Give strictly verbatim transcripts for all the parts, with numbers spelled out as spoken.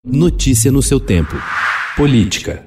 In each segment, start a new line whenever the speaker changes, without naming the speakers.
Notícia no seu tempo. Política.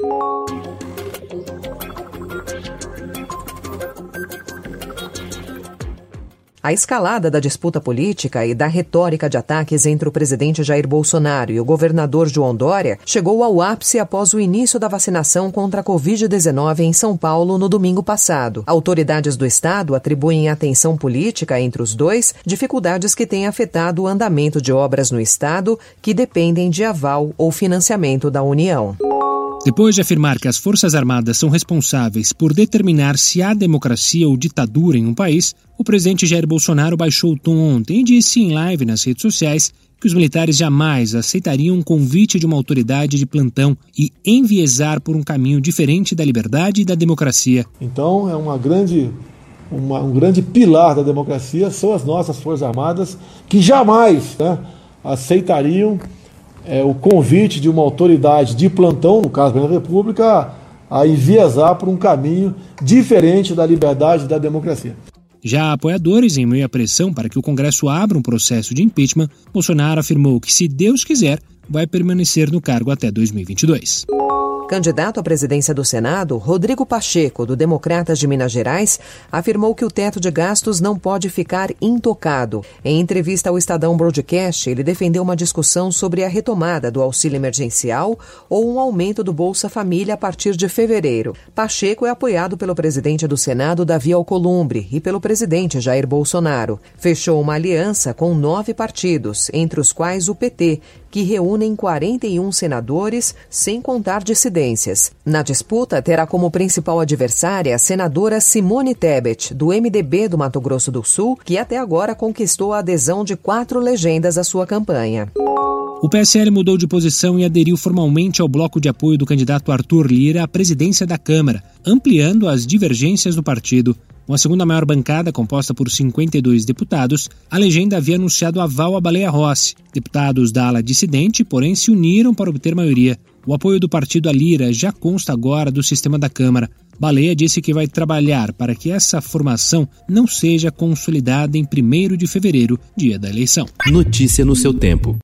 A escalada da disputa política e da retórica de ataques entre o presidente Jair Bolsonaro e o governador João Dória chegou ao ápice após o início da vacinação contra a covid dezenove em São Paulo no domingo passado. Autoridades do estado atribuem à tensão política entre os dois dificuldades que têm afetado o andamento de obras no estado que dependem de aval ou financiamento da União.
Depois de afirmar que as Forças Armadas são responsáveis por determinar se há democracia ou ditadura em um país, o presidente Jair Bolsonaro baixou o tom ontem e disse em live nas redes sociais que os militares jamais aceitariam um convite de uma autoridade de plantão e enviesar por um caminho diferente da liberdade e da democracia.
Então é uma grande, uma, um grande pilar da democracia são as nossas Forças Armadas que jamais né, aceitariam É, o convite de uma autoridade de plantão, no caso da República, a enviesar por um caminho diferente da liberdade e da democracia.
Já apoiadores, em meio à pressão para que o Congresso abra um processo de impeachment, Bolsonaro afirmou que, se Deus quiser, vai permanecer no cargo até dois mil e vinte e dois.
Candidato à presidência do Senado, Rodrigo Pacheco, do Democratas de Minas Gerais, afirmou que o teto de gastos não pode ficar intocado. Em entrevista ao Estadão Broadcast, ele defendeu uma discussão sobre a retomada do auxílio emergencial ou um aumento do Bolsa Família a partir de fevereiro. Pacheco é apoiado pelo presidente do Senado, Davi Alcolumbre, e pelo presidente Jair Bolsonaro. Fechou uma aliança com nove partidos, entre os quais o P T, que reúnem quarenta e um senadores, sem contar dissidências. Na disputa, terá como principal adversária a senadora Simone Tebet, do M D B do Mato Grosso do Sul, que até agora conquistou a adesão de quatro legendas à sua campanha.
O P S L mudou de posição e aderiu formalmente ao bloco de apoio do candidato Arthur Lira à presidência da Câmara, ampliando as divergências do partido. Com a segunda maior bancada, composta por cinquenta e dois deputados, a legenda havia anunciado aval a Baleia Rossi. Deputados da ala dissidente, porém, se uniram para obter maioria. O apoio do partido a Lira já consta agora do sistema da Câmara. Baleia disse que vai trabalhar para que essa formação não seja consolidada em primeiro de fevereiro, dia da eleição.
Notícia no seu tempo.